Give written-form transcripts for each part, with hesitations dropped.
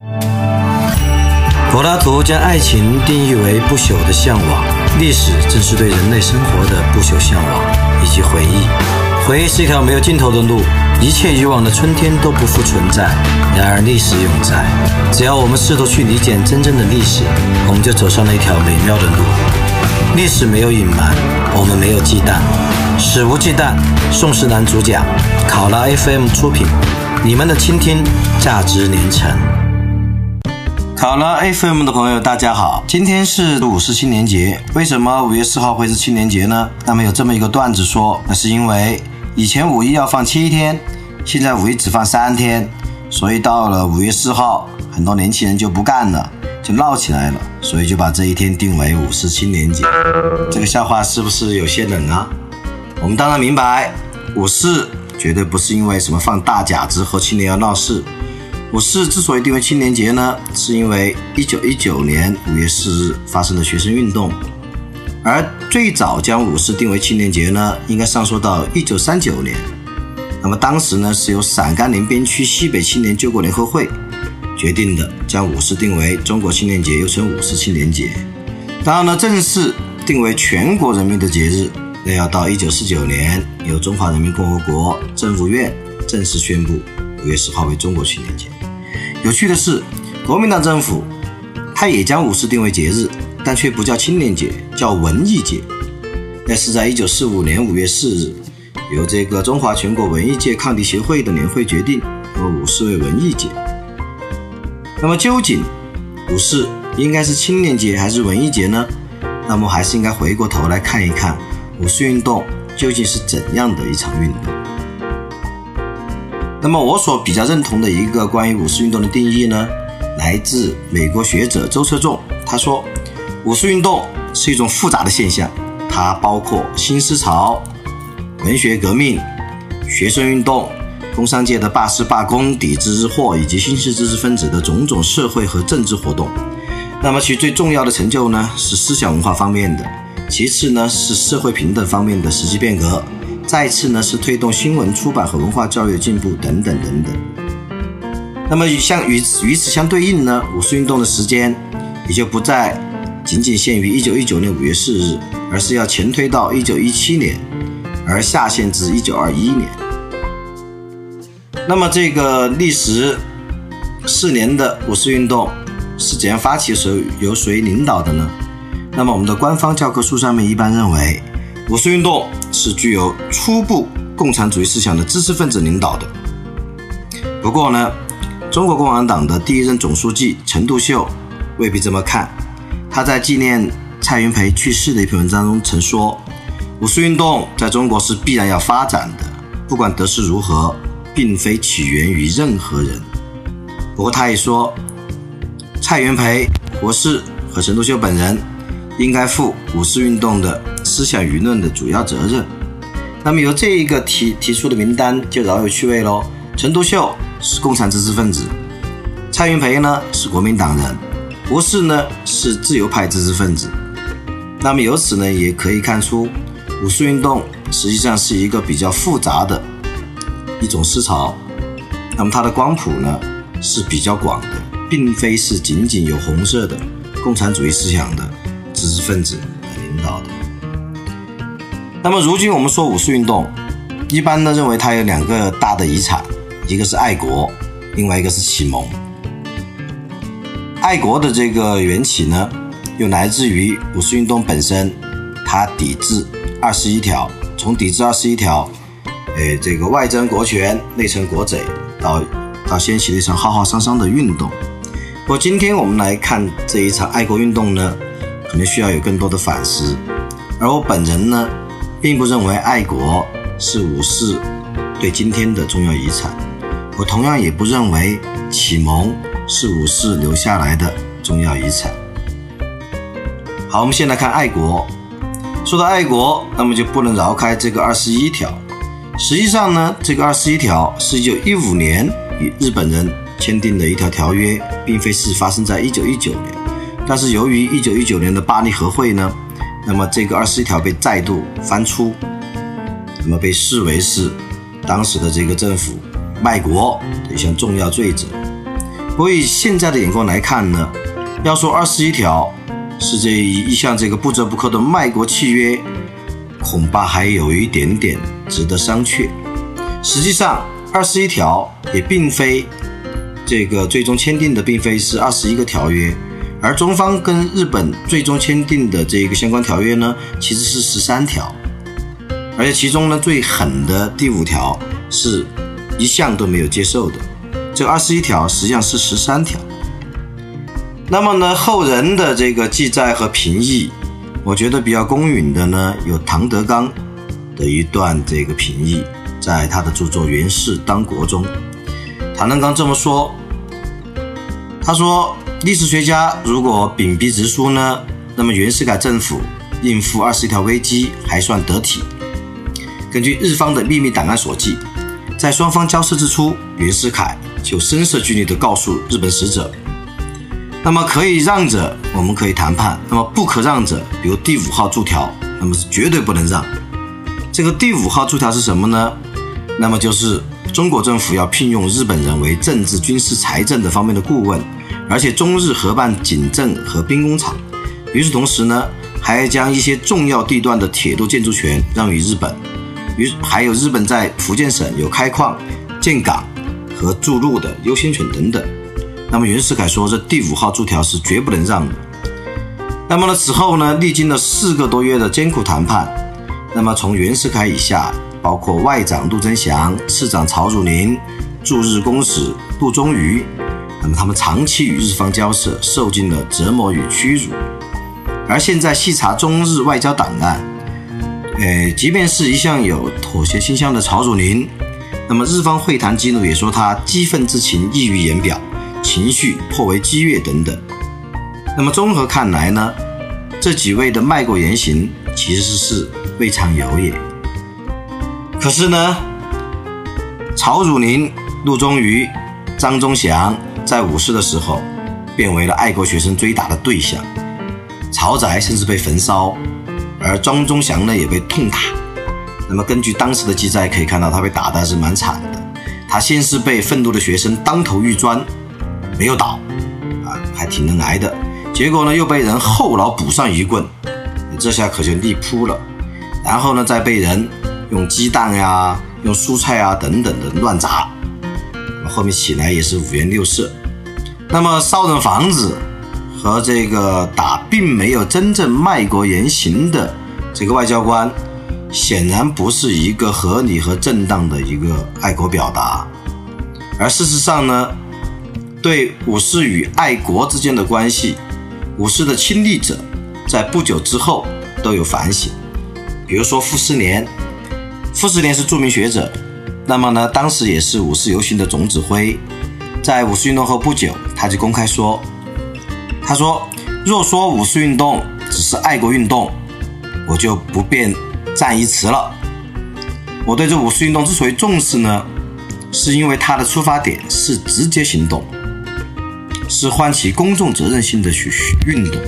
柏拉图将爱情定义为不朽的向往，历史正是对人类生活的不朽向往以及回忆。回忆是一条没有尽头的路，一切以往的春天都不复存在，然而历史永在。只要我们试图去理解真正的历史，我们就走上了一条美妙的路。历史没有隐瞒，我们没有忌惮，史无忌惮。宋世南主讲，考拉 FM 出品，你们的倾听价值连城。考拉 FM 的朋友大家好，今天是50青年节。为什么5月4号会是青年节呢？那么有这么一个段子说，那是因为以前5一要放7天，现在5一只放3天，所以到了5月4号，很多年轻人就不干了，就闹起来了，所以就把这一天定为50青年节。这个笑话是不是有些冷啊？我们当然明白，54绝对不是因为什么放大假之后青年要闹事。54之所以定为青年节呢，是因为1919年5月4日发生的学生运动。而最早将54定为青年节呢，应该上溯到1939年。那么当时呢，是由陕甘宁边区西北青年救国联合会决定的，将54定为中国青年节，又称50青年节。当然呢，正式定为全国人民的节日，那要到1949年由中华人民共和国政府院正式宣布5月10号为中国青年节。有趣的是，国民党政府他也将50定为节日，但却不叫青年节，叫文艺节。那是在1945年5月4日，由这个中华全国文艺界抗敌协会的年会决定，那么50为文艺节。那么究竟50应该是青年节还是文艺节呢？那么还是应该回过头来看一看50运动究竟是怎样的一场运动。那么我所比较认同的一个关于50运动的定义呢，来自美国学者周策纵。他说50运动是一种复杂的现象，它包括新思潮、文学革命、学生运动、工商界的罢市罢工、抵制日货，以及新式知识分子的种种社会和政治活动。那么其最重要的成就呢，是思想文化方面的，其次呢是社会平等方面的实际变革，再次呢是推动新闻出版和文化教育的进步等等等等。那么与此相对应呢，50运动的时间也就不再仅仅限于1919年5月4日，而是要前推到1917年，而下限至1921年。那么这个历时4年的50运动是怎样发起，由谁领导的呢？那么我们的官方教科书上面一般认为，50运动是具有初步共产主义思想的知识分子领导的。不过呢，中国共产党的第一任总书记陈独秀未必这么看。他在纪念蔡元培去世的一篇文章中曾说，50运动在中国是必然要发展的，不管得失如何，并非起源于任何人。不过他也说，蔡元培博士和陈独秀本人应该负50运动的思想舆论的主要责任。那么由这一个提出的名单就饶有趣味咯。陈独秀是共产知识分子，蔡元培呢是国民党人，博士呢是自由派知识分子。那么由此呢也可以看出，50运动实际上是一个比较复杂的一种思潮。那么它的光谱呢是比较广的，并非是仅仅有红色的共产主义思想的知识分子来领导的。那么如今我们说50运动，一般呢认为它有2个大的遗产，一个是爱国，另外一个是启蒙。爱国的这个缘起呢，又来自于50运动本身，它抵制21条，从抵制21条，这个外争国权，内称国贼，到掀起了一场浩浩汤汤的运动。不过今天我们来看这一场爱国运动呢，可能需要有更多的反思。而我本人呢，并不认为爱国是50对今天的重要遗产，我同样也不认为启蒙是50留下来的重要遗产。好，我们先来看爱国。说到爱国，那么就不能绕开这个21条。实际上呢，这个21条是1915年与日本人签订的一条条约，并非是发生在1919年。但是由于1919年的巴黎和会呢，那么这个21条被再度翻出，那么被视为是当时的这个政府卖国的一项重要罪责。 不过以现在的眼光来看呢，要说21条是这一项这个不折不扣的卖国契约，恐怕还有一点点值得商榷。实际上21条也并非这个最终签订的并非是21个条约，而中方跟日本最终签订的这个相关条约呢，其实是13条，而且其中呢最狠的第5条是一项都没有接受的，这21条实际上是13条。那么呢，后人的这个记载和评议，我觉得比较公允的呢，有唐德刚的一段这个评议，在他的著作《袁氏当国》中，唐德刚这么说，他说历史学家如果秉笔直书呢，那么袁世凯政府应付21条危机还算得体。根据日方的秘密档案所记，在双方交涉之初，袁世凯就声色俱厉地告诉日本使者，那么可以让者我们可以谈判，那么不可让者，比如第5号注条，那么是绝对不能让。这个第5号注条是什么呢？那么就是中国政府要聘用日本人为政治、军事、财政的方面的顾问，而且中日合办警政和兵工厂。与此同时呢，还将一些重要地段的铁路建筑权让予日本，还有日本在福建省有开矿、建港和筑路的优先权等等。那么袁世凯说这第5号注条是绝不能让的。那么呢，此后呢，历经了4个多月的艰苦谈判，那么从袁世凯以下，包括外长陆征祥、次长曹汝霖、驻日公使陆宗舆，那么他们长期与日方交涉，受尽了折磨与屈辱。而现在细查中日外交档案，即便是一向有妥协倾向的曹汝霖，那么日方会谈记录也说他激愤之情溢于言表，情绪颇为激越等等。那么综合看来呢，这几位的卖国言行其实是未尝有也。可是呢，曹汝霖、陆宗舆、张宗祥在5事的时候变为了爱国学生追打的对象，曹宅甚至被焚烧，而张宗祥呢也被痛打。那么根据当时的记载可以看到，他被打得还是蛮惨的。他先是被愤怒的学生当头一砖，没有倒还挺能挨的，结果呢又被人后脑补上一棍，这下可就力扑了。然后呢再被人用鸡蛋呀、用蔬菜啊等等的乱砸，后面起来也是5颜6色。那么烧人房子和这个打并没有真正卖国言行的这个外交官，显然不是一个合理和正当的一个爱国表达。而事实上呢，对武士与爱国之间的关系，武士的亲历者在不久之后都有反省。比如说傅斯年是著名学者，那么呢当时也是五四游行的总指挥。在五四运动后不久，他就公开说，他说若说五四运动只是爱国运动，我就不便赞一词了。我对这五四运动之所以重视呢，是因为它的出发点是直接行动，是唤起公众责任心的运动。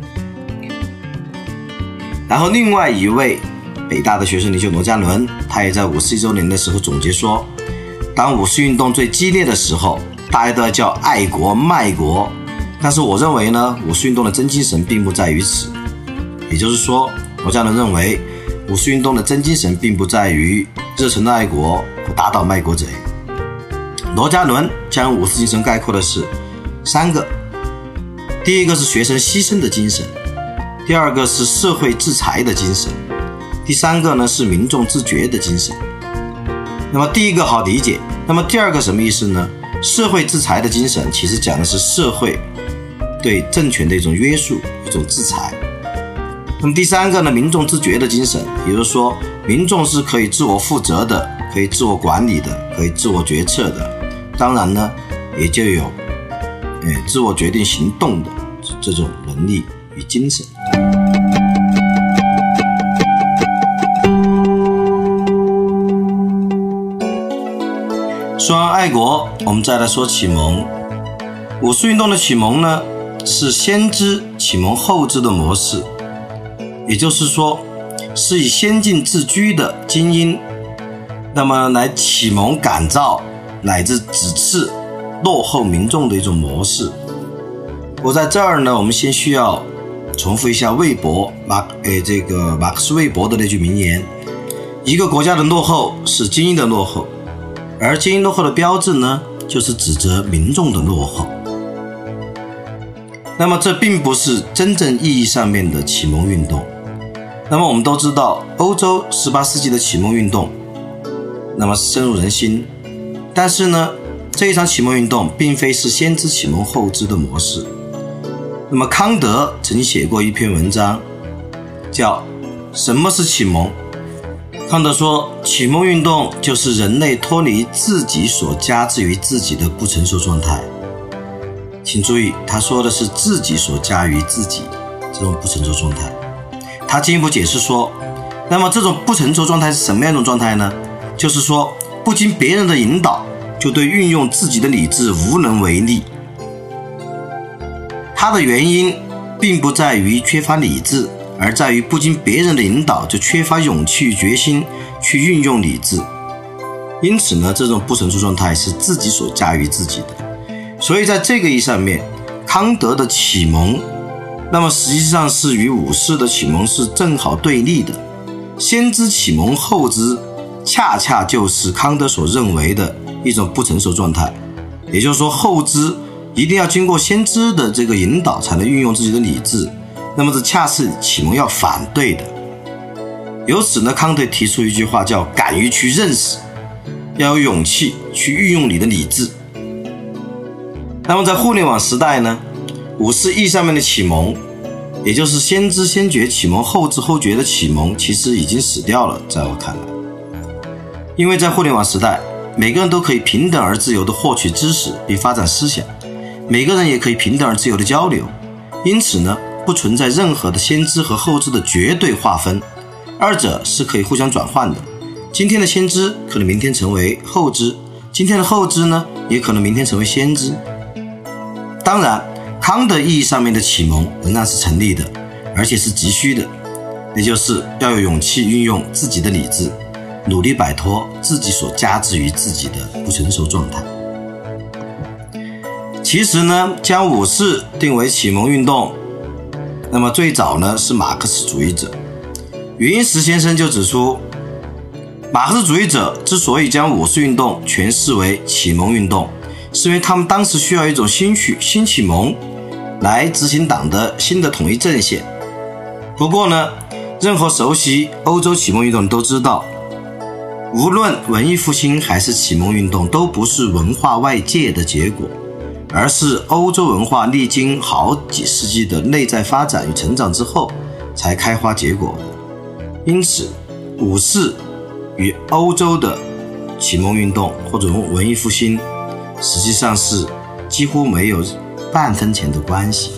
然后另外一位北大的学生领袖罗家伦，他也在51周年的时候总结说，当五四运动最激烈的时候，大家都要叫爱国卖国，但是我认为呢，五四运动的真精神并不在于此。也就是说，罗家伦认为五四运动的真精神并不在于热忱的爱国和打倒卖国贼。罗家伦将五四精神概括的是3个，第一个是学生牺牲的精神，第二个是社会制裁的精神，第三个呢是民众自觉的精神。那么第一个好理解，那么第二个什么意思呢？社会制裁的精神其实讲的是社会对政权的一种约束，一种制裁。那么第三个呢，民众自觉的精神，也就是说民众是可以自我负责的，可以自我管理的，可以自我决策的，当然呢也就有自我决定行动的这种能力与精神。说完爱国，我们再来说启蒙。五四运动的启蒙呢，是先知启蒙后知的模式，也就是说是以先进自居的精英，那么来启蒙感召乃至指示落后民众的一种模式。我在这儿呢，我们先需要重复一下马克思韦伯的那句名言：一个国家的落后是精英的落后，而精英落后的标志呢，就是指责民众的落后。那么这并不是真正意义上面的启蒙运动。那么我们都知道，欧洲18世纪的启蒙运动那么深入人心，但是呢，这一场启蒙运动并非是先知启蒙后知的模式。那么康德曾经写过一篇文章叫什么是启蒙。康德说，启蒙运动就是人类脱离自己所加之于自己的不成熟状态。请注意，他说的是自己所加于自己这种不成熟状态。他进一步解释说，那么这种不成熟状态是什么样一种状态呢？就是说，不经别人的引导，就对运用自己的理智无能为力。它的原因并不在于缺乏理智，而在于不经别人的引导，就缺乏勇气与决心去运用理智。因此呢，这种不成熟状态是自己所加于自己的。所以在这个意义上面，康德的启蒙那么实际上是与武士的启蒙是正好对立的。先知启蒙后知恰恰就是康德所认为的一种不成熟状态。也就是说，后知一定要经过先知的这个引导才能运用自己的理智，那么这恰是启蒙要反对的。由此呢，康德提出一句话叫敢于去认识，要有勇气去运用你的理智。那么在互联网时代呢，54意义上面的启蒙，也就是先知先觉启蒙后知后觉的启蒙，其实已经死掉了，在我看来。因为在互联网时代，每个人都可以平等而自由地获取知识并发展思想，每个人也可以平等而自由地交流，因此呢，不存在任何的先知和后知的绝对划分，二者是可以互相转换的。今天的先知可能明天成为后知，今天的后知呢，也可能明天成为先知。当然，康德意义上面的启蒙仍然是成立的，而且是急需的，也就是要有勇气运用自己的理智，努力摆脱自己所加之于自己的不成熟状态。其实呢，将54定为启蒙运动，那么最早呢是马克思主义者。云石先生就指出，马克思主义者之所以将54运动诠释为启蒙运动，是因为他们当时需要一种新启蒙来执行党的新的统一阵线。不过呢，任何熟悉欧洲启蒙运动都知道，无论文艺复兴还是启蒙运动，都不是文化外界的结果，而是欧洲文化历经好几世纪的内在发展与成长之后才开花结果的。因此54与欧洲的启蒙运动或者文艺复兴实际上是几乎没有半分钱的关系。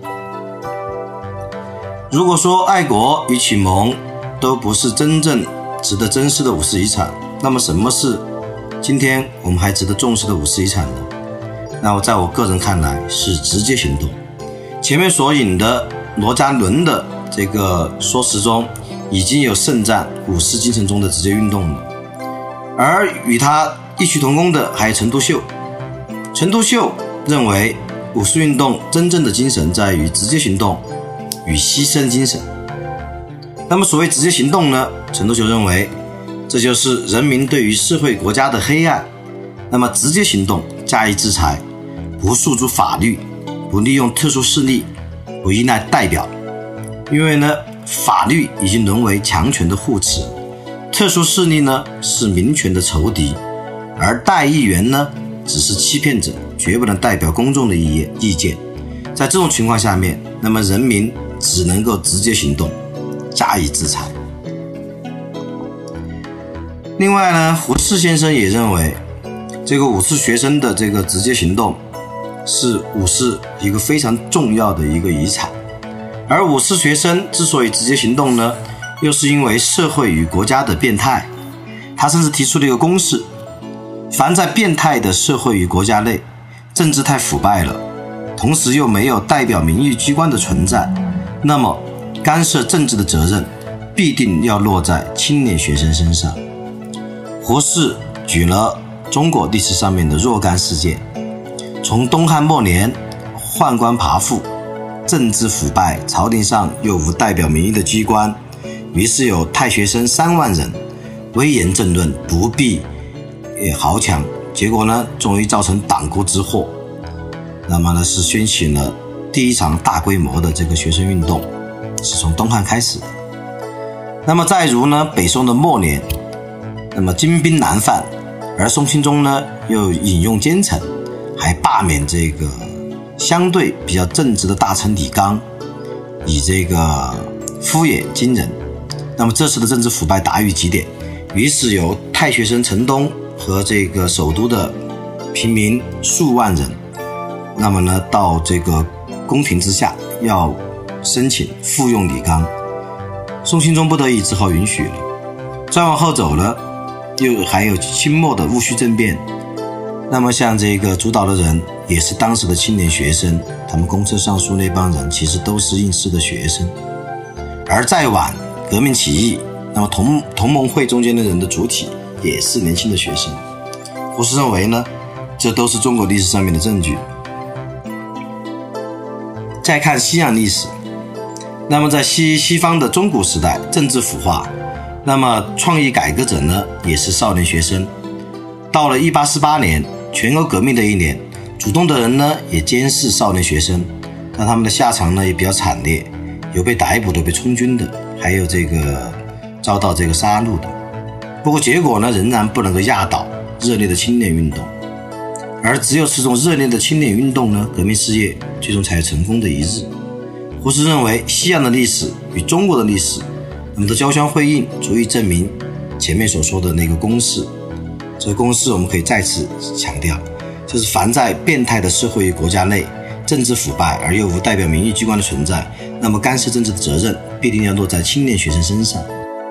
如果说爱国与启蒙都不是真正值得珍视的54遗产，那么什么是今天我们还值得重视的54遗产呢？那么在我个人看来是直接行动。前面所引的罗家伦的这个说辞中已经有盛赞54精神中的直接运动了，而与他异曲同工的还有陈独秀。陈独秀认为54运动真正的精神在于直接行动与牺牲精神。那么所谓直接行动呢，陈独秀认为这就是人民对于社会国家的黑暗。那么直接行动，加以制裁，不诉诸法律，不利用特殊势力，不依赖代表。因为呢，法律已经沦为强权的护持，特殊势力呢是民权的仇敌，而代议员呢只是欺骗者，绝不能代表公众的意见。在这种情况下面，那么人民只能够直接行动，加以制裁。另外呢，胡适先生也认为，这个54学生的这个直接行动是54一个非常重要的一个遗产。而54学生之所以直接行动呢，又是因为社会与国家的变态。他甚至提出了一个公式：凡在变态的社会与国家内，政治太腐败了，同时又没有代表民意机关的存在，那么干涉政治的责任必定要落在青年学生身上。胡适举了中国历史上面的若干事件， 从东汉末年宦官跋扈，政治腐败，朝廷上又无代表民意的机关，于是有太学生3万人，威严政论，不避豪强，结果呢，终于造成党国之祸。那么呢，是掀起了第一场大规模的这个学生运动，是从东汉开始的。那么再如呢，北宋的末年，那么金兵南犯，而宋钦宗呢又引用奸臣，还罢免这个相对比较正直的大臣李纲，以这个敷衍金人。那么这次的政治腐败达于极点，于是由太学生陈东和这个首都的平民数万人，那么呢到这个宫廷之下要申请复用李纲。宋钦宗不得已只好允许了。再往后走了，又还有清末的戊戌政变，那么像这个主导的人也是当时的青年学生，他们公车上书那帮人其实都是应试的学生。而再晚革命起义，那么同盟会中间的人的主体也是年轻的学生。胡适认为呢，这都是中国历史上面的证据。再看西洋历史，那么在西方的中古时代，政治腐化，那么创意改革者呢也是少年学生。到了1848年全欧革命的一年，主动的人呢也监视少年学生，那他们的下场呢也比较惨烈，有被逮捕的，被充军的，还有这个遭到这个杀戮的。不过结果呢仍然不能够压倒热烈的青年运动，而只有这种热烈的青年运动呢，革命事业最终才有成功的一日。胡适认为西洋的历史与中国的历史那么的交相辉映，足以证明前面所说的那个公式。这个公式我们可以再次强调，就是凡在变态的社会与国家内，政治腐败而又无代表民意机关的存在，那么干涉政治的责任必定要落在青年学生身上。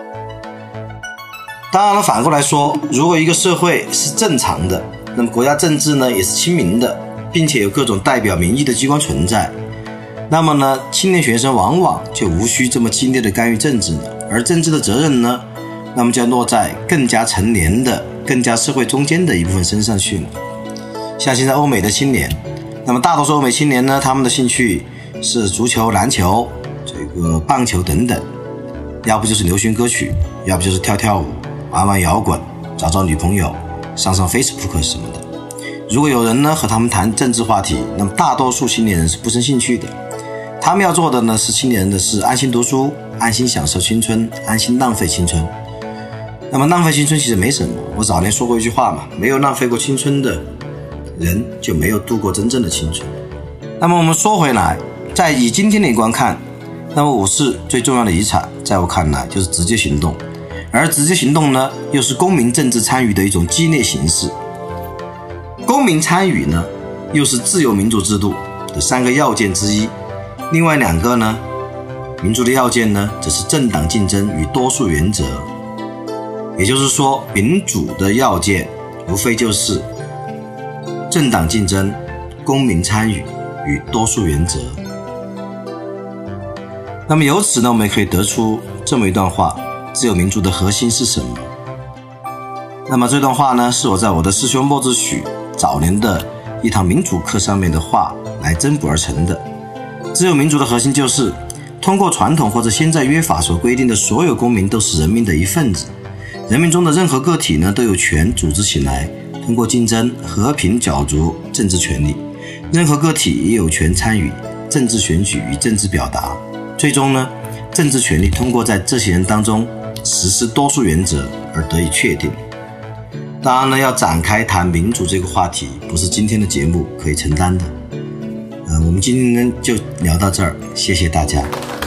当然了，反过来说，如果一个社会是正常的，那么国家政治呢也是亲民的，并且有各种代表民意的机关存在，那么呢青年学生往往就无需这么激烈的干预政治了，而政治的责任呢，那么就要落在更加成年的、更加社会中间的一部分身上去了。像现在欧美的青年，那么大多数欧美青年呢，他们的兴趣是足球、篮球、这个棒球等等，要不就是流行歌曲，要不就是跳跳舞、玩玩摇滚、找找女朋友、上 Facebook 什么的。如果有人呢和他们谈政治话题，那么大多数青年人是不生兴趣的。他们要做的呢是青年人的是安心读书，安心享受青春，安心浪费青春。那么浪费青春其实没什么，我早年说过一句话嘛，没有浪费过青春的人就没有度过真正的青春。那么我们说回来，在以今天的眼光看，那么50最重要的遗产在我看来就是直接行动，而直接行动呢又是公民政治参与的一种激烈形式。公民参与呢又是自由民主制度的3个要件之一，另外2个呢，民主的要件呢则是政党竞争与多数原则。也就是说，民主的要件无非就是政党竞争、公民参与与多数原则。那么由此呢，我们也可以得出这么一段话：自由民主的核心是什么？那么这段话呢，是我在我的师兄莫志许早年的一堂民主课上面的话来增补而成的。自由民主的核心就是通过传统或者现在约法所规定的所有公民都是人民的一份子，人民中的任何个体呢都有权组织起来，通过竞争和平角逐政治权利，任何个体也有权参与政治选举与政治表达，最终呢政治权利通过在这些人当中实施多数原则而得以确定。当然呢，要展开谈民主这个话题不是今天的节目可以承担的。我们今天就聊到这儿，谢谢大家。